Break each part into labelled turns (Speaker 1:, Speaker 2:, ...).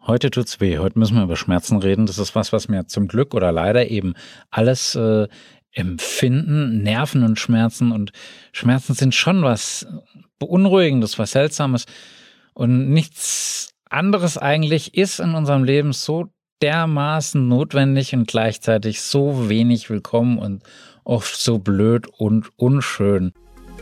Speaker 1: Heute tut's weh. Heute müssen wir über Schmerzen reden. Das ist was mir zum Glück oder leider eben alles empfinden, Nerven und Schmerzen. Und Schmerzen sind schon was Beunruhigendes, was Seltsames. Und nichts anderes eigentlich ist in unserem Leben so dermaßen notwendig und gleichzeitig so wenig willkommen und oft so blöd und unschön.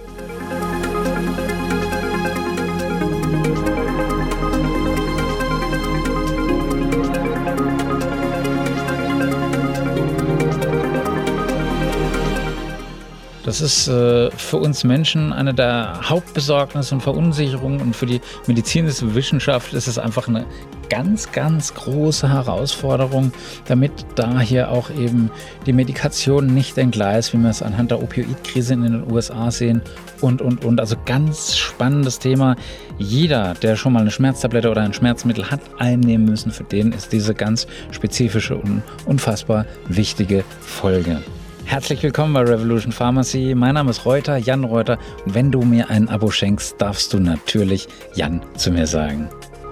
Speaker 1: Das ist für uns Menschen eine der Hauptbesorgnisse und Verunsicherungen, und für die medizinische Wissenschaft ist es einfach eine ganz, ganz große Herausforderung, damit da hier auch eben die Medikation nicht entgleist, wie wir es anhand der Opioidkrise in den USA sehen und. Also ganz spannendes Thema. Jeder, der schon mal eine Schmerztablette oder ein Schmerzmittel hat einnehmen müssen, für den ist diese ganz spezifische und unfassbar wichtige Folge. Herzlich willkommen bei Revolution Pharmacy. Mein Name ist Reuter, Jan Reuter. Und wenn du mir ein Abo schenkst, darfst du natürlich Jan zu mir sagen.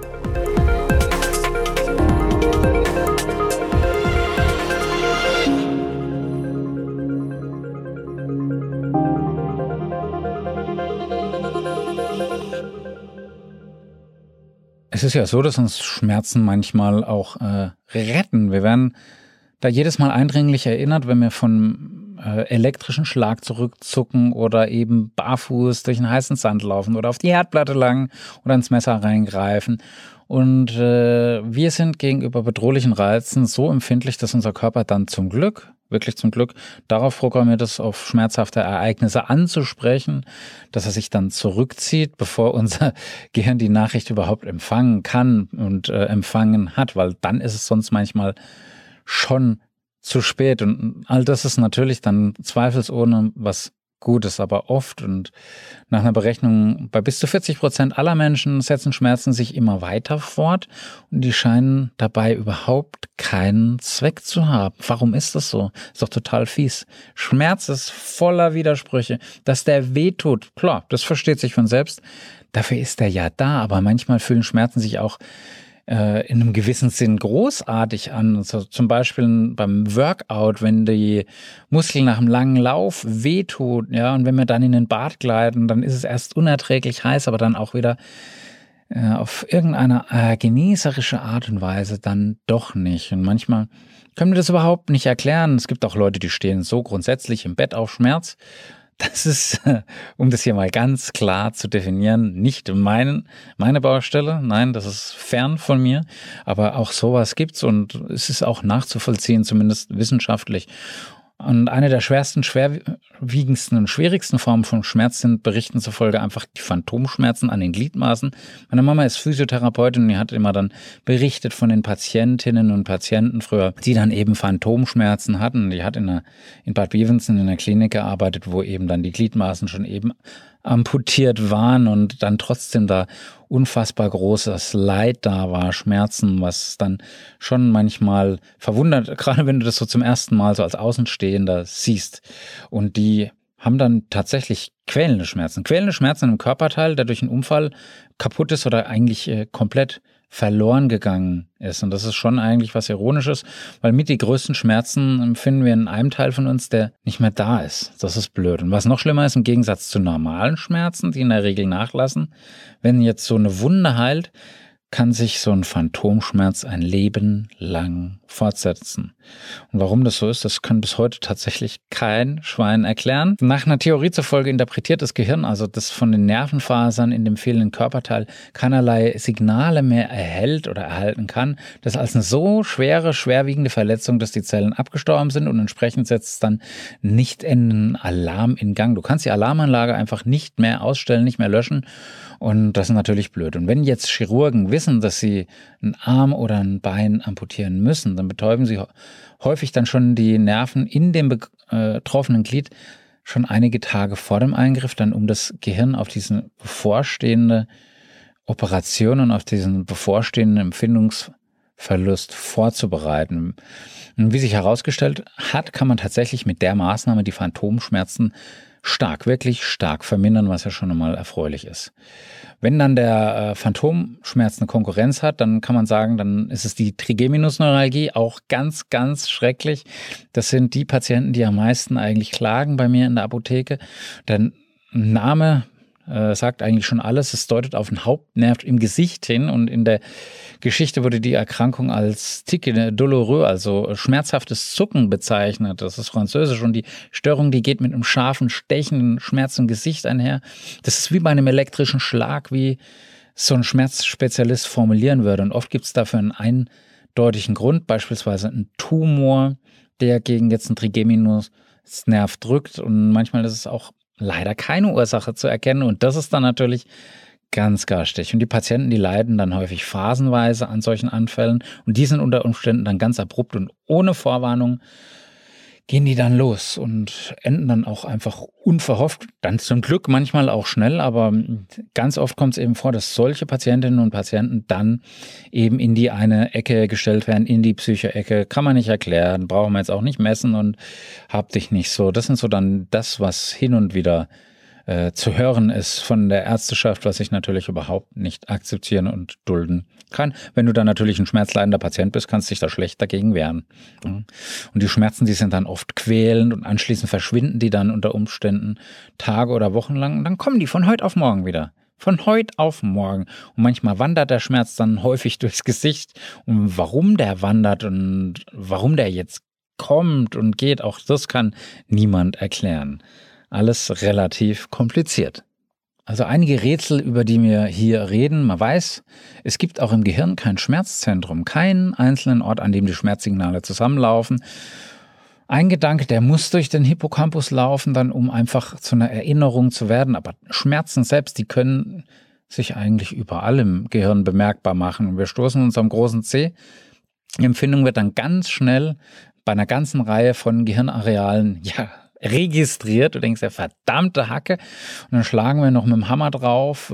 Speaker 1: Es ist ja so, dass uns Schmerzen manchmal auch retten. Wir werden da jedes Mal eindringlich erinnert, wenn wir von elektrischen Schlag zurückzucken oder eben barfuß durch den heißen Sand laufen oder auf die Herdplatte langen oder ins Messer reingreifen. Und wir sind gegenüber bedrohlichen Reizen so empfindlich, dass unser Körper dann zum Glück, wirklich zum Glück, darauf programmiert ist, auf schmerzhafte Ereignisse anzusprechen, dass er sich dann zurückzieht, bevor unser Gehirn die Nachricht überhaupt empfangen kann und empfangen hat, weil dann ist es sonst manchmal schon zu spät. Und all das ist natürlich dann zweifelsohne was Gutes, aber oft und nach einer Berechnung bei bis zu 40% aller Menschen setzen Schmerzen sich immer weiter fort und die scheinen dabei überhaupt keinen Zweck zu haben. Warum ist das so? Ist doch total fies. Schmerz ist voller Widersprüche. Dass der wehtut, klar, das versteht sich von selbst. Dafür ist er ja da, aber manchmal fühlen Schmerzen sich auch in einem gewissen Sinn großartig an. Also zum Beispiel beim Workout, wenn die Muskeln nach einem langen Lauf wehtun, ja, und wenn wir dann in den Bad gleiten, dann ist es erst unerträglich heiß, aber dann auch wieder auf irgendeine genießerische Art und Weise dann doch nicht. Und manchmal können wir das überhaupt nicht erklären. Es gibt auch Leute, die stehen so grundsätzlich im Bett auf Schmerz. Das ist, um das hier mal ganz klar zu definieren, nicht meine Baustelle. Nein, das ist fern von mir. Aber auch sowas gibt's und es ist auch nachzuvollziehen, zumindest wissenschaftlich. Und eine der schwerwiegendsten und schwierigsten Formen von Schmerz sind Berichten zufolge einfach die Phantomschmerzen an den Gliedmaßen. Meine Mama ist Physiotherapeutin und die hat immer dann berichtet von den Patientinnen und Patienten früher, die dann eben Phantomschmerzen hatten. Die hat in Bad Bevensen in einer Klinik gearbeitet, wo eben dann die Gliedmaßen schon eben amputiert waren und dann trotzdem da unfassbar großes Leid da war, Schmerzen, was dann schon manchmal verwundert, gerade wenn du das so zum ersten Mal so als Außenstehender siehst. Und die haben dann tatsächlich quälende Schmerzen im Körperteil, der durch einen Unfall kaputt ist oder eigentlich komplett verloren gegangen ist. Und das ist schon eigentlich was Ironisches, weil mit die größten Schmerzen empfinden wir in einem Teil von uns, der nicht mehr da ist. Das ist blöd. Und was noch schlimmer ist, im Gegensatz zu normalen Schmerzen, die in der Regel nachlassen, wenn jetzt so eine Wunde heilt, kann sich so ein Phantomschmerz ein Leben lang fortsetzen. Und warum das so ist, das kann bis heute tatsächlich kein Schwein erklären. Nach einer Theorie zufolge interpretiert das Gehirn, also das von den Nervenfasern in dem fehlenden Körperteil, keinerlei Signale mehr erhält oder erhalten kann. Das ist als eine so schwerwiegende Verletzung, dass die Zellen abgestorben sind und entsprechend setzt es dann nicht einen Alarm in Gang. Du kannst die Alarmanlage einfach nicht mehr ausstellen, nicht mehr löschen. Und das ist natürlich blöd. Und wenn jetzt Chirurgen wissen, dass sie einen Arm oder ein Bein amputieren müssen, dann betäuben sie häufig dann schon die Nerven in dem betroffenen Glied schon einige Tage vor dem Eingriff, dann um das Gehirn auf diese bevorstehende Operation und auf diesen bevorstehenden Empfindungsverlust vorzubereiten. Und wie sich herausgestellt hat, kann man tatsächlich mit der Maßnahme die Phantomschmerzen wirklich stark vermindern, was ja schon einmal erfreulich ist. Wenn dann der Phantomschmerz eine Konkurrenz hat, dann kann man sagen, dann ist es die Trigeminusneuralgie, auch ganz, ganz schrecklich. Das sind die Patienten, die am meisten eigentlich klagen bei mir in der Apotheke. Der Name sagt eigentlich schon alles. Es deutet auf den Hauptnerv im Gesicht hin und in der Geschichte wurde die Erkrankung als Tic douloureux, also schmerzhaftes Zucken bezeichnet. Das ist französisch und die Störung, die geht mit einem scharfen, stechenden Schmerz im Gesicht einher. Das ist wie bei einem elektrischen Schlag, wie so ein Schmerzspezialist formulieren würde. Und oft gibt es dafür einen eindeutigen Grund, beispielsweise einen Tumor, der gegen jetzt einen Trigeminusnerv drückt. Und manchmal ist es auch leider keine Ursache zu erkennen und das ist dann natürlich ganz garstig. Und die Patienten, die leiden dann häufig phasenweise an solchen Anfällen und die sind unter Umständen dann ganz abrupt und ohne Vorwarnung gehen die dann los und enden dann auch einfach unverhofft, dann zum Glück manchmal auch schnell, aber ganz oft kommt es eben vor, dass solche Patientinnen und Patienten dann eben in die eine Ecke gestellt werden, in die Psycho-Ecke, kann man nicht erklären, brauchen wir jetzt auch nicht messen und hab dich nicht so. Das sind so dann das, was hin und wieder zu hören ist von der Ärzteschaft, was ich natürlich überhaupt nicht akzeptieren und dulden kann. Wenn du dann natürlich ein schmerzleidender Patient bist, kannst du dich da schlecht dagegen wehren. Und die Schmerzen, die sind dann oft quälend und anschließend verschwinden die dann unter Umständen Tage oder Wochen lang und dann kommen die von heute auf morgen wieder. Von heute auf morgen. Und manchmal wandert der Schmerz dann häufig durchs Gesicht. Und warum der wandert und warum der jetzt kommt und geht, auch das kann niemand erklären. Alles relativ kompliziert. Also einige Rätsel, über die wir hier reden. Man weiß, es gibt auch im Gehirn kein Schmerzzentrum, keinen einzelnen Ort, an dem die Schmerzsignale zusammenlaufen. Ein Gedanke, der muss durch den Hippocampus laufen, dann um einfach zu einer Erinnerung zu werden. Aber Schmerzen selbst, die können sich eigentlich überall im Gehirn bemerkbar machen. Und wir stoßen uns am großen C. Die Empfindung wird dann ganz schnell bei einer ganzen Reihe von Gehirnarealen, registriert. Du denkst ja, verdammte Hacke. Und dann schlagen wir noch mit dem Hammer drauf.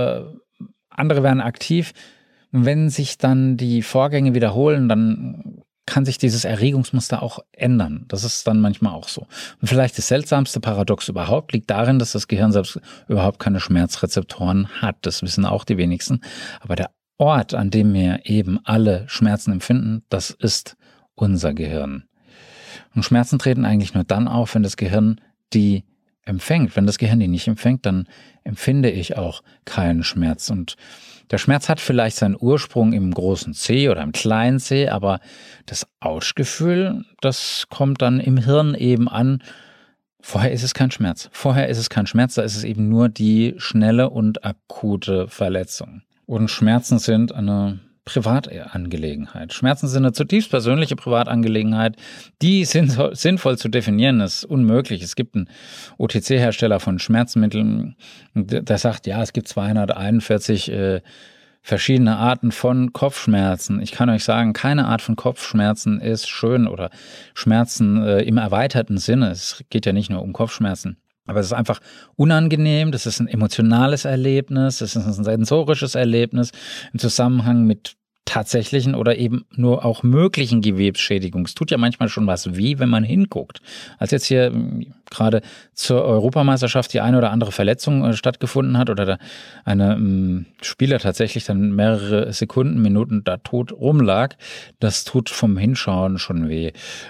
Speaker 1: Andere werden aktiv. Und wenn sich dann die Vorgänge wiederholen, dann kann sich dieses Erregungsmuster auch ändern. Das ist dann manchmal auch so. Und vielleicht das seltsamste Paradox überhaupt liegt darin, dass das Gehirn selbst überhaupt keine Schmerzrezeptoren hat. Das wissen auch die wenigsten. Aber der Ort, an dem wir eben alle Schmerzen empfinden, das ist unser Gehirn. Und Schmerzen treten eigentlich nur dann auf, wenn das Gehirn die empfängt. Wenn das Gehirn die nicht empfängt, dann empfinde ich auch keinen Schmerz. Und der Schmerz hat vielleicht seinen Ursprung im großen C oder im kleinen C, aber das Ouch-Gefühl, das kommt dann im Hirn eben an. Vorher ist es kein Schmerz. Da ist es eben nur die schnelle und akute Verletzung. Und Schmerzen sind eine Privatangelegenheit. Schmerzen sind eine zutiefst persönliche Privatangelegenheit. Die sind sinnvoll zu definieren, ist unmöglich. Es gibt einen OTC-Hersteller von Schmerzmitteln, der sagt, ja, es gibt 241 verschiedene Arten von Kopfschmerzen. Ich kann euch sagen, keine Art von Kopfschmerzen ist schön oder Schmerzen im erweiterten Sinne. Es geht ja nicht nur um Kopfschmerzen. Aber es ist einfach unangenehm, das ist ein emotionales Erlebnis, das ist ein sensorisches Erlebnis im Zusammenhang mit tatsächlichen oder eben nur auch möglichen Gewebsschädigungen. Es tut ja manchmal schon was weh, wenn man hinguckt. Als jetzt hier gerade zur Europameisterschaft die eine oder andere Verletzung stattgefunden hat oder eine Spieler tatsächlich dann mehrere Sekunden, Minuten da tot rumlag, das tut vom Hinschauen schon weh.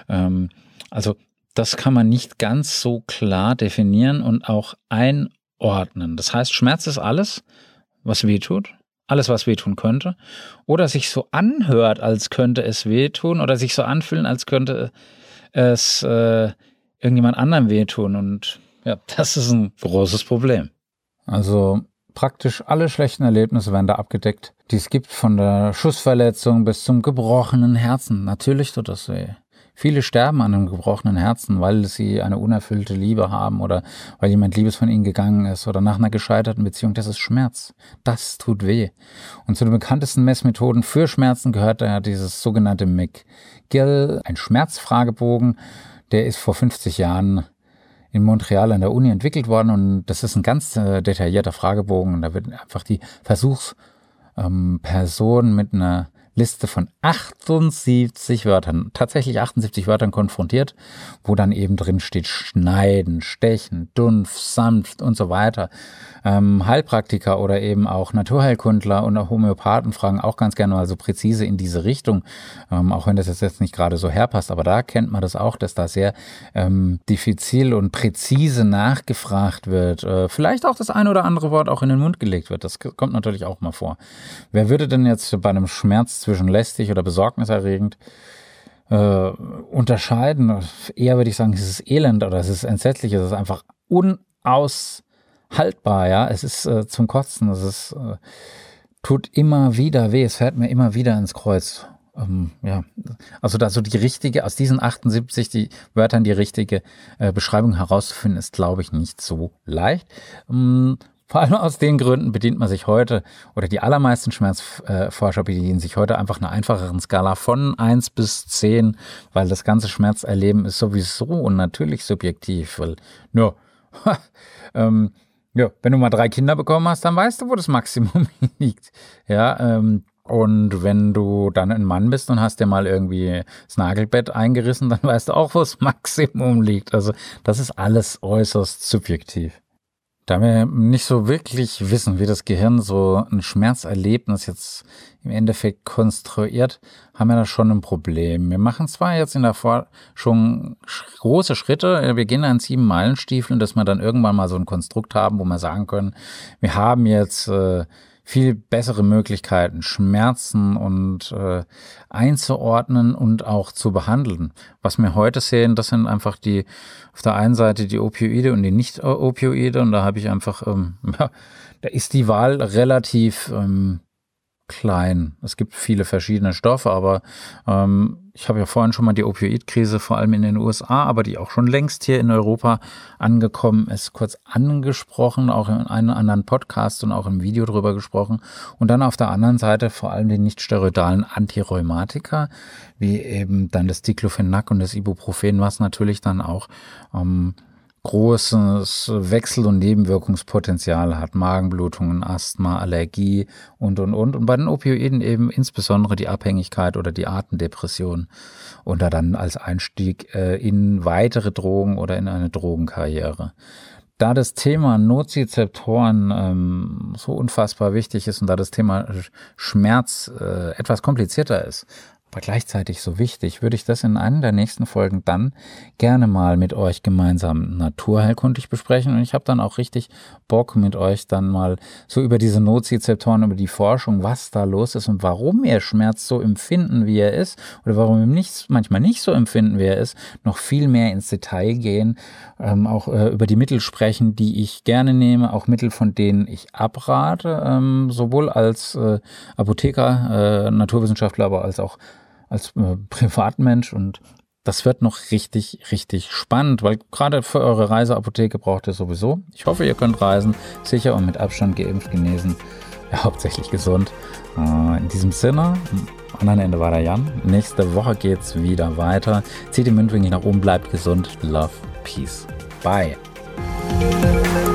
Speaker 1: Also das kann man nicht ganz so klar definieren und auch einordnen. Das heißt, Schmerz ist alles, was wehtut, alles, was wehtun könnte, oder sich so anhört, als könnte es wehtun, oder sich so anfühlen, als könnte es irgendjemand anderem wehtun. Und ja, das ist ein großes Problem. Also praktisch alle schlechten Erlebnisse werden da abgedeckt, die es gibt, von der Schussverletzung bis zum gebrochenen Herzen. Natürlich tut das weh. Viele sterben an einem gebrochenen Herzen, weil sie eine unerfüllte Liebe haben oder weil jemand Liebes von ihnen gegangen ist oder nach einer gescheiterten Beziehung. Das ist Schmerz. Das tut weh. Und zu den bekanntesten Messmethoden für Schmerzen gehört ja dieses sogenannte McGill, ein Schmerzfragebogen. Der ist vor 50 Jahren in Montreal an der Uni entwickelt worden und das ist ein ganz detaillierter Fragebogen. Und da wird einfach die Versuchsperson mit einer Liste von 78 Wörtern, tatsächlich 78 Wörtern konfrontiert, wo dann eben drin steht schneiden, stechen, dumpf, sanft und so weiter. Heilpraktiker oder eben auch Naturheilkundler und auch Homöopathen fragen auch ganz gerne mal so präzise in diese Richtung, auch wenn das jetzt nicht gerade so herpasst, aber da kennt man das auch, dass da sehr diffizil und präzise nachgefragt wird. Vielleicht auch das ein oder andere Wort auch in den Mund gelegt wird, das kommt natürlich auch mal vor. Wer würde denn jetzt bei einem Schmerz zwischen lästig oder besorgniserregend unterscheiden? Eher würde ich sagen, es ist elend oder es ist entsetzlich, es ist einfach unaushaltbar, ja. Es ist zum Kotzen, tut immer wieder weh, es fährt mir immer wieder ins Kreuz. Ja, also da so die richtige, aus diesen 78 die Wörtern die richtige Beschreibung herauszufinden, ist, glaube ich, nicht so leicht. Vor allem aus den Gründen bedient man sich heute, oder die allermeisten Schmerzforscher bedienen sich heute einfach einer einfacheren Skala von 1 bis 10, weil das ganze Schmerzerleben ist sowieso und natürlich subjektiv, weil wenn du mal 3 Kinder bekommen hast, dann weißt du, wo das Maximum liegt. Ja, und wenn du dann ein Mann bist und hast dir mal irgendwie das Nagelbett eingerissen, dann weißt du auch, wo das Maximum liegt. Also das ist alles äußerst subjektiv. Da wir nicht so wirklich wissen, wie das Gehirn so ein Schmerzerlebnis jetzt im Endeffekt konstruiert, haben wir da schon ein Problem. Wir machen zwar jetzt in der Forschung große Schritte, wir gehen da in 7-Meilen-Stiefeln, dass wir dann irgendwann mal so ein Konstrukt haben, wo wir sagen können, wir haben jetzt viel bessere Möglichkeiten, Schmerzen und einzuordnen und auch zu behandeln. Was wir heute sehen, das sind einfach auf der einen Seite die Opioide und die Nicht-Opioide, und da habe ich einfach, da ist die Wahl relativ klein. Es gibt viele verschiedene Stoffe, aber ich habe ja vorhin schon mal die Opioidkrise vor allem in den USA, aber die auch schon längst hier in Europa angekommen ist, kurz angesprochen, auch in einem anderen Podcast und auch im Video drüber gesprochen. Und dann auf der anderen Seite vor allem die nicht-steroidalen Antirheumatika, wie eben dann das Diclofenac und das Ibuprofen, was natürlich dann auch großes Wechsel- und Nebenwirkungspotenzial hat, Magenblutungen, Asthma, Allergie und. Und bei den Opioiden eben insbesondere die Abhängigkeit oder die Atemdepression und da dann als Einstieg in weitere Drogen oder in eine Drogenkarriere. Da das Thema Nozizeptoren so unfassbar wichtig ist und da das Thema Schmerz etwas komplizierter ist, aber gleichzeitig so wichtig, würde ich das in einer der nächsten Folgen dann gerne mal mit euch gemeinsam naturheilkundlich besprechen. Und ich habe dann auch richtig Bock mit euch dann mal so über diese Nozizeptoren, über die Forschung, was da los ist und warum ihr Schmerz so empfinden, wie er ist, oder warum ihr manchmal nicht so empfinden, wie er ist, noch viel mehr ins Detail gehen, auch über die Mittel sprechen, die ich gerne nehme, auch Mittel, von denen ich abrate, sowohl als Apotheker, Naturwissenschaftler, aber als auch als Privatmensch, und das wird noch richtig, richtig spannend, weil gerade für eure Reiseapotheke braucht ihr sowieso. Ich hoffe, ihr könnt reisen, sicher und mit Abstand, geimpft, genesen, ja, hauptsächlich gesund. In diesem Sinne, am anderen Ende war der Jan. Nächste Woche geht's wieder weiter. Zieht die Mundwinkel nach oben, bleibt gesund. Love, Peace. Bye.